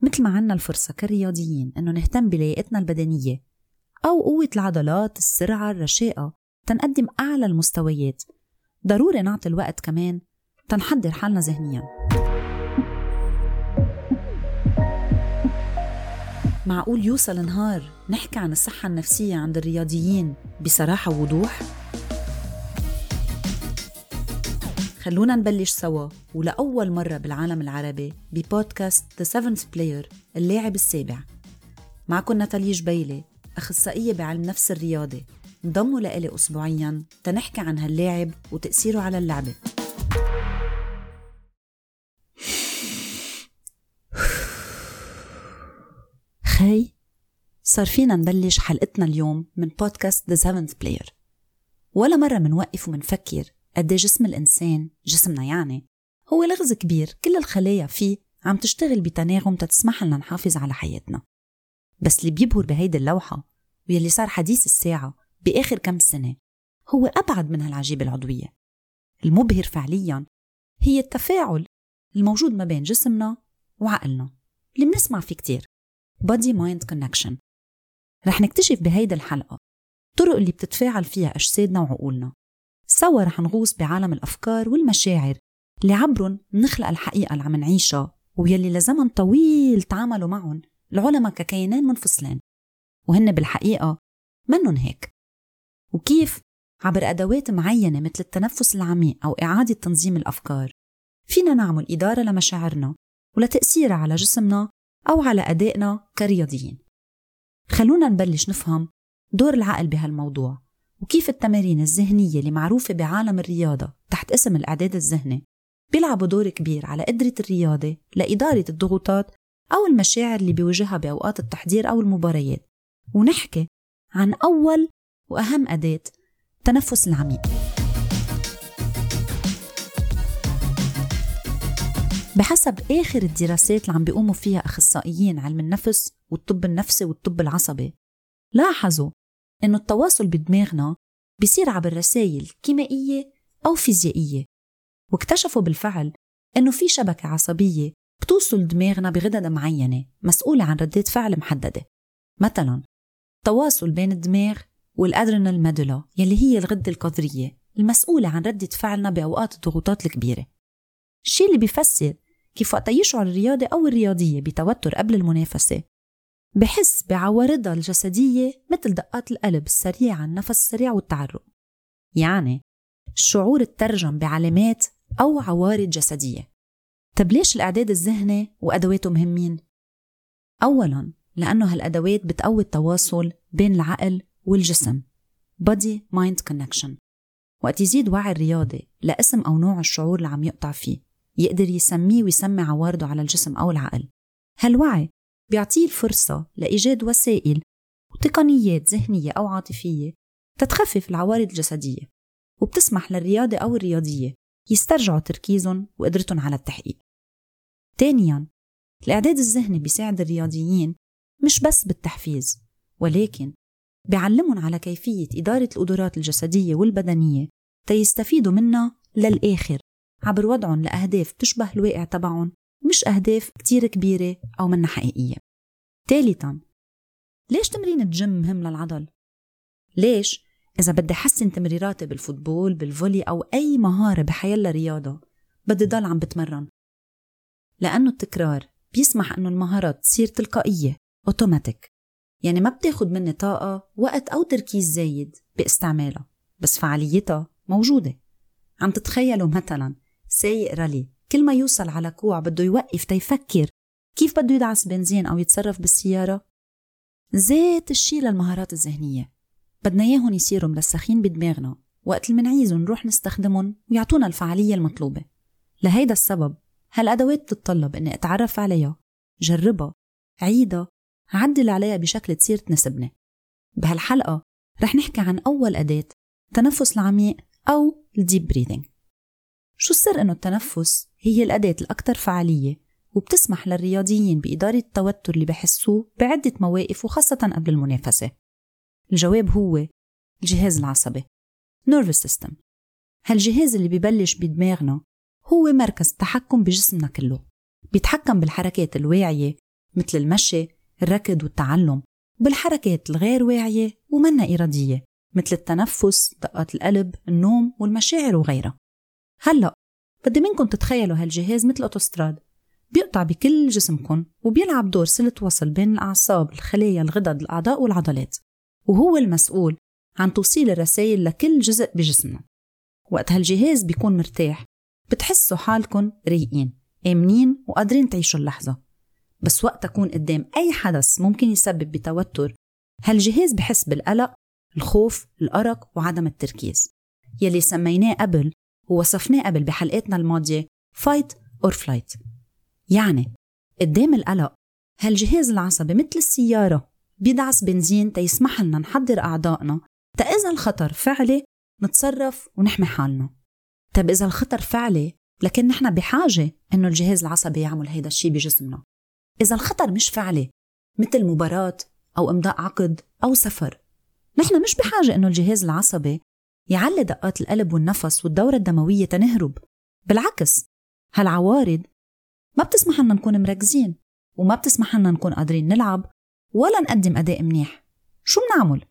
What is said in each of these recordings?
مثل ما عنا الفرصة كرياضيين إنه نهتم بلياقتنا البدنية أو قوة العضلات، السرعة، الرشاقة، تنقدم أعلى المستويات، ضروري نعطي الوقت كمان تنحضر حالنا ذهنياً. معقول يوصل نهار نحكي عن الصحة النفسية عند الرياضيين بصراحة ووضوح؟ خلونا نبلش سوا ولأول مرة بالعالم العربي ببودكاست The Seventh Player، اللاعب السابع. معكم ناتالي جبيلة، أخصائية بعلم نفس الرياضي. انضموا لإلي أسبوعياً تنحكي عن هاللاعب وتأثيره على اللعبة. خي، صار فينا نبلش حلقتنا اليوم من بودكاست The Seventh Player. ولا مرة منوقف ومنفكر قد جسم الإنسان، جسمنا يعني، هو لغز كبير كل الخلايا فيه عم تشتغل بتناغم تتسمح لنا نحافظ على حياتنا. بس اللي بيبهر بهيدي اللوحة ويلي صار حديث الساعة بآخر كم سنة هو أبعد من هالعجيبة العضوية. المبهر فعلياً هي التفاعل الموجود ما بين جسمنا وعقلنا اللي بنسمع فيه كتير، body mind connection. رح نكتشف بهيدي الحلقة الطرق اللي بتتفاعل فيها أجسادنا وعقولنا. سوا رح نغوص بعالم الأفكار والمشاعر اللي عبرن نخلق الحقيقة اللي عم نعيشها ويلي لزمن طويل تعاملوا معهم العلماء ككيانين منفصلين وهن بالحقيقة منن هيك. وكيف عبر أدوات معينة مثل التنفس العميق أو إعادة تنظيم الأفكار فينا نعمل إدارة لمشاعرنا ولتأثيرها على جسمنا أو على أدائنا كرياضيين. خلونا نبلش نفهم دور العقل بهالموضوع وكيف التمارين الذهنية اللي معروفة بعالم الرياضة تحت اسم الإعداد الذهني بيلعبوا دور كبير على قدرة الرياضة لإدارة الضغوطات أو المشاعر اللي بيواجهها بأوقات التحضير أو المباريات. ونحكي عن أول وأهم أداة، التنفس العميق. بحسب آخر الدراسات اللي عم بيقوموا فيها أخصائيين علم النفس والطب النفسي والطب العصبي، لاحظوا إنه التواصل بدماغنا بيصير عبر رسائل كيميائية أو فيزيائية، واكتشفوا بالفعل إنه في شبكة عصبية بتوصل دماغنا بغدد معينة مسؤولة عن ردات فعل محددة. مثلاً تواصل بين الدماغ والأدرينال ميدولا يلي هي الغدة الكظرية المسؤولة عن ردة فعلنا بأوقات الضغوطات الكبيرة. الشيء اللي بيفسر كيف وقت يشعر الرياضي أو الرياضية بتوتر قبل المنافسة بحس بعوارضها الجسدية مثل دقات القلب السريعة، النفس السريع والتعرق. يعني الشعور الترجم بعلامات أو عوارض جسدية. طب ليش الإعداد الذهني وأدواته مهمين؟ أولاً لأنه هالأدوات بتقوي التواصل بين العقل والجسم، body mind connection. وقت يزيد وعي الرياضي لاسم أو نوع الشعور اللي عم يقطع فيه يقدر يسميه ويسمي عوارضه على الجسم أو العقل. هالوعي بيعطيه الفرصة لإيجاد وسائل وتقنيات ذهنية أو عاطفية تتخفف العوارض الجسدية وبتسمح للرياضي أو الرياضية يسترجعوا تركيزهم وقدرتهم على التحقيق. ثانياً الإعداد الذهني بيساعد الرياضيين مش بس بالتحفيز، ولكن بيعلمهم على كيفية إدارة القدرات الجسدية والبدنية تيستفيدوا منها للآخر عبر وضعهم لأهداف تشبه الواقع تبعهم، مش أهداف كتير كبيرة أو منها حقيقية. ثالثاً ليش تمرين الجيم مهم للعضل؟ ليش إذا بدي أحسن تمريراتي بالفوتبول، بالفولي أو أي مهارة بحيالله رياضة بدي ضل عم بتمرن؟ لأنه التكرار بيسمح أنه المهارات تصير تلقائية أوتوماتيك، يعني ما بتاخد مني طاقة، وقت أو تركيز زايد باستعمالها، بس فعاليتها موجودة. عم تتخيلوا مثلا سايق رالي كل ما يوصل على كوع بده يوقف تيفكر كيف بده يدعس بنزين أو يتصرف بالسيارة؟ ذات الشي للمهارات الذهنية، بدنا إياهم يصيروا مرسخين بدماغنا وقت اللي منعيزهم نروح نستخدمهم ويعطونا الفعالية المطلوبة. لهيدا السبب هالأدوات تتطلب إني أتعرف عليها، جربها، عيدها، عدل عليها بشكل تصير تناسبني. بهالحلقة رح نحكي عن أول أداة، التنفس العميق أو الديب بريدنج. شو السر إنه التنفس هي الأداة الأكثر فعالية وبتسمح للرياضيين بإدارة التوتر اللي بحسوه بعدة مواقف وخاصة قبل المنافسة؟ الجواب هو الجهاز العصبي، nervous system. هالجهاز اللي بيبلش بدماغنا هو مركز تحكم بجسمنا كله، بيتحكم بالحركات الواعية مثل المشي، الركض والتعلم، بالحركات الغير واعية ومنا إرادية مثل التنفس، دقات القلب، النوم والمشاعر وغيرها. هلأ بدي منكم تتخيلوا هالجهاز مثل أوتوستراد بيقطع بكل جسمكم وبيلعب دور صلة وصل بين الأعصاب، الخلايا، الغدد، الأعضاء والعضلات، وهو المسؤول عن توصيل الرسائل لكل جزء بجسمنا. وقت هالجهاز بيكون مرتاح بتحسوا حالكم رايقين، آمنين وقادرين تعيشوا اللحظة. بس وقت تكون قدام أي حدث ممكن يسبب بتوتر، هالجهاز بحس بالقلق، الخوف، الأرق وعدم التركيز، يلي سميناه قبل ووصفناه قبل بحلقاتنا الماضية fight or flight. يعني قدام القلق هالجهاز العصبي مثل السيارة بيدعس بنزين تيسمح لنا نحضر أعضائنا إذا الخطر فعلي نتصرف ونحمي حالنا. طب إذا الخطر فعلي لكن نحن بحاجة إنه الجهاز العصبي يعمل هيدا الشي بجسمنا. إذا الخطر مش فعلي مثل مباراة أو إمضاء عقد أو سفر، نحن مش بحاجة إنه الجهاز العصبي يعلي دقات القلب والنفس والدورة الدموية تنهرب. بالعكس، هالعوارض ما بتسمح لنا نكون مركزين وما بتسمح لنا نكون قادرين نلعب ولا نقدم أداء منيح. شو بنعمل؟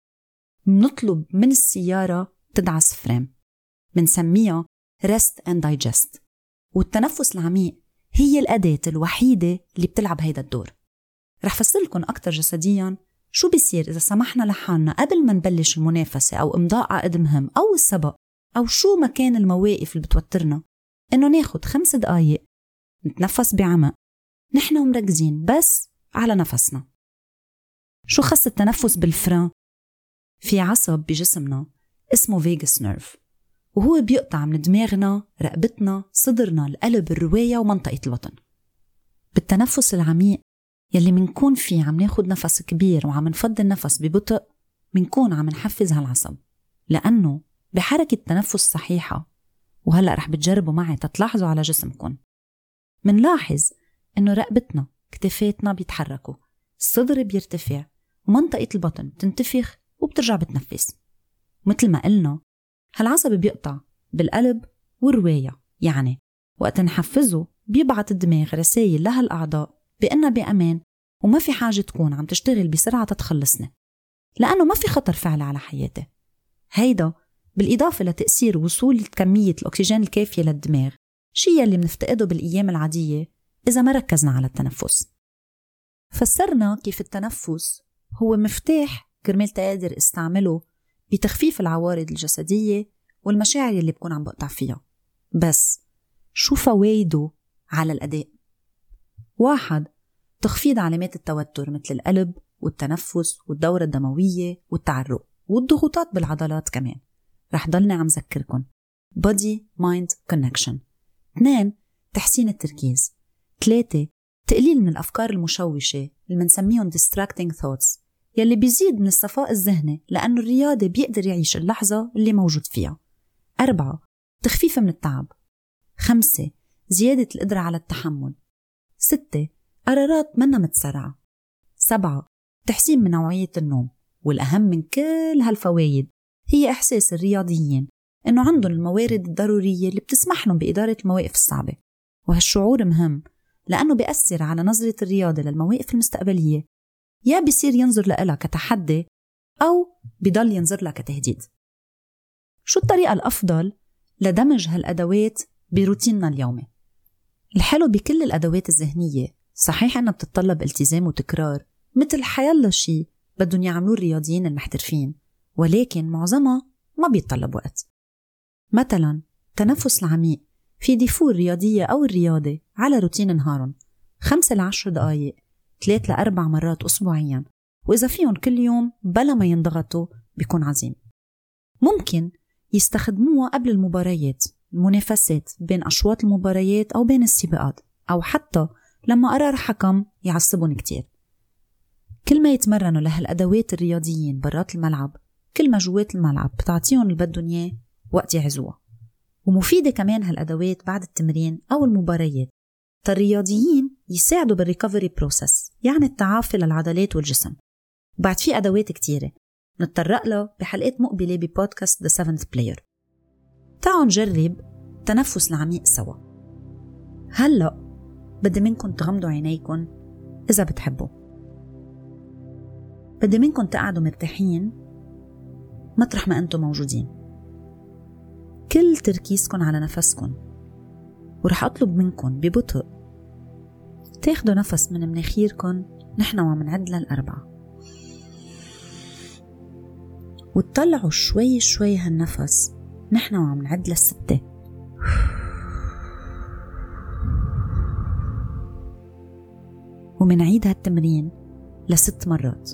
بنطلب من السيارة تدعس فريم، بنسميها rest and digest، والتنفس العميق هي الأداة الوحيدة اللي بتلعب هيدا الدور. رح فسر لكم أكتر جسدياً شو بيصير إذا سمحنا لحالنا قبل ما نبلش المنافسة أو إمضاء عقد مهم أو السبق أو شو مكان المواقف اللي بتوترنا، إنه ناخد 5 دقايق نتنفس بعمق نحن ومركزين بس على نفسنا. شو خص التنفس بالفران؟ في عصب بجسمنا اسمه فيغاس نيرف، وهو بيقطع من دماغنا، رقبتنا، صدرنا، القلب، الرواية ومنطقة البطن. بالتنفس العميق يلي منكون فيه عم ناخد نفس كبير وعم نفض النفس ببطء، منكون عم نحفز هالعصب، لأنه بحركة تنفس صحيحة، وهلأ رح بتجربوا معي تتلاحظوا على جسمكم، منلاحظ إنه رقبتنا، كتفاتنا بيتحركوا، الصدر بيرتفع ومنطقة البطن بتنتفخ وبترجع بتنفس. مثل ما قلنا هالعصب بيقطع بالقلب والرواية، يعني وقت نحفزه بيبعت الدماغ رسائل لهالأعضاء بأننا بأمان وما في حاجة تكون عم تشتغل بسرعة تتخلصنا، لأنه ما في خطر فعلي على حياته. هيدا بالإضافة لتأثير وصول كمية الأكسجين الكافية للدماغ، شيء اللي منفتقده بالأيام العادية إذا ما ركزنا على التنفس. فسرنا كيف التنفس هو مفتاح كرمال تقدر استعمله بتخفيف العوارض الجسدية والمشاعر اللي بكون عم بقطع فيها. بس شو فوائده على الأداء؟ 1. تخفيض علامات التوتر مثل القلب والتنفس والدورة الدموية والتعرق والضغوطات بالعضلات كمان. رح ضلني عم ذكركن body mind connection. 2. تحسين التركيز. 3. تقليل من الأفكار المشوشة اللي منسميهم distracting thoughts يلي بيزيد من الصفاء الذهني لأنه الرياضي بيقدر يعيش اللحظة اللي موجود فيها. 4. تخفيف من التعب. 5. زيادة القدرة على التحمل. 6. قرارات منا متسرعة. 7. تحسين من نوعية النوم. والأهم من كل هالفوايد هي إحساس الرياضيين إنه عندهم الموارد الضرورية اللي بتسمح لهم بإدارة المواقف الصعبة. وهالشعور مهم لأنه بيأثر على نظرة الرياضة للمواقف المستقبلية، يا بيصير ينظر لها كتحدي أو بيضل ينظر لها كتهديد. شو الطريقة الأفضل لدمج هالأدوات بروتيننا اليومي؟ الحلو بكل الأدوات الذهنية صحيح أنها بتتطلب التزام وتكرار مثل حيالله شي بدهم يعملوه الرياضيين المحترفين، ولكن معظمها ما بيتطلب وقت. مثلا تنفس العميق في ديفور الرياضية أو الرياضي على روتين نهارهم 5 ل 10 دقايق 3 ل 4 مرات أسبوعيا، وإذا فيهم كل يوم بلا ما ينضغطوا بيكون عظيم. ممكن يستخدموها قبل المباريات، المنافسات، بين أشواط المباريات أو بين السباقات، أو حتى لما قرار حكم يعصبون كتير. كل ما يتمرنوا لهالأدوات الرياضيين برات الملعب، كل ما جوات الملعب بتعطيهم اللي بدهم إياه وقت يعزوها. ومفيدة كمان هالأدوات بعد التمرين أو المباريات، الرياضيين يساعدوا بالريكفري بروسس، يعني التعافي للعضلات والجسم. وبعد في أدوات كتيرة نتطرق لها بحلقات مقبلة ببودكاست The Seventh Player. تعالوا نجرب تنفس العميق سوا. هلأ بدي منكم تغمضوا عينيكم إذا بتحبوا. بدي منكم تقعدوا مرتاحين مطرح ما أنتم موجودين، كل تركيزكم على نفسكم، ورح أطلب منكم ببطء تاخدوا نفس من مناخيركم نحن وعم نعد ل4، وتطلعوا شوي شوي هالنفس نحن وعم نعد ل6، ومنعيد هالتمرين ل6 مرات.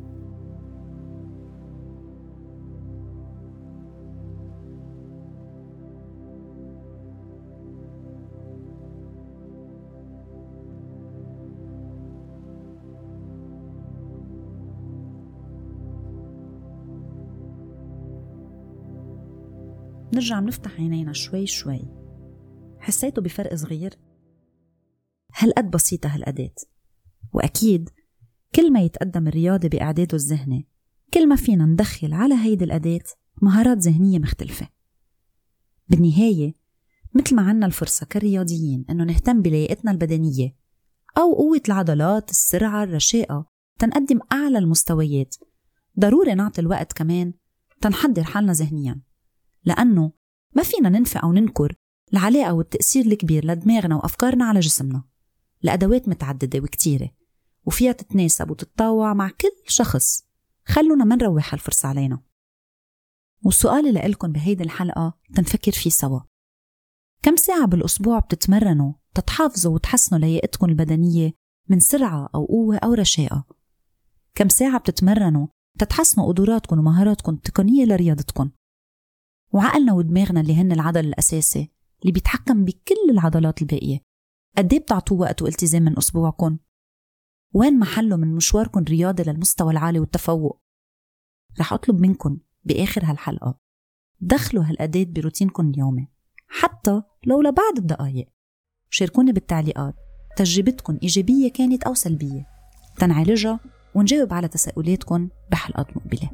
نرجع منفتح عينينا شوي شوي. حسيتوا بفرق صغير؟ هالقد بسيطة هالأداة، وأكيد كل ما يتقدم الرياضي بإعداده الذهني كل ما فينا ندخل على هيدي الأداة مهارات ذهنية مختلفة. بالنهاية مثل ما عنا الفرصة كرياضيين أنه نهتم بلياقتنا البدنية أو قوة العضلات، السرعة، الرشاقة، تنقدم أعلى المستويات، ضروري نعطي الوقت كمان تنحضر حالنا ذهنيا، لأنه ما فينا ننفي أو ننكر العلاقة والتأثير الكبير لدماغنا وأفكارنا على جسمنا، لأدوات متعددة وكتيرة وفيها تتناسب وتتطوع مع كل شخص. خلونا ما نروح هالفرصة علينا. والسؤال اللي لكم بهيدي الحلقة تنفكر فيه سوا: كم ساعة بالأسبوع بتتمرنوا تتحافظوا وتحسنوا لياقتكم البدنية من سرعة أو قوة أو رشاقة؟ كم ساعة بتتمرنوا تتحسنوا قدراتكم ومهاراتكم التقنية لرياضتكم؟ وعقلنا ودماغنا اللي هن العضل الأساسي اللي بيتحكم بكل العضلات الباقية، قد ايه بتعطوه وقت والتزام من أسبوعكم؟ وين محله من مشواركم الرياضي للمستوى العالي والتفوق؟ رح أطلب منكم بآخر هالحلقة دخلوا هالأداة بروتينكم اليومي، حتى لو لبعض الدقايق. شاركوني بالتعليقات تجربتكم إيجابية كانت أو سلبية، تنعالجها ونجاوب على تساؤلاتكم بحلقات مقبلة.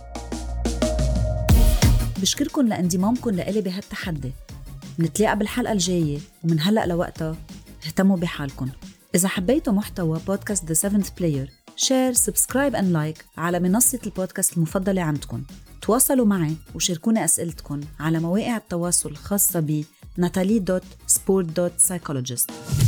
بشكركن لانضمامكن لإلي بهالتحدي. نتلاقى بالحلقة الجاية، ومن هلأ لوقتها اهتموا بحالكن. إذا حبيتوا محتوى بودكاست The Seventh Player، شير، سبسكرايب and لايك على منصة البودكاست المفضلة عندكن. تواصلوا معي وشاركوني أسئلتكن على مواقع التواصل الخاصة ب nathalie.sport.psychologist.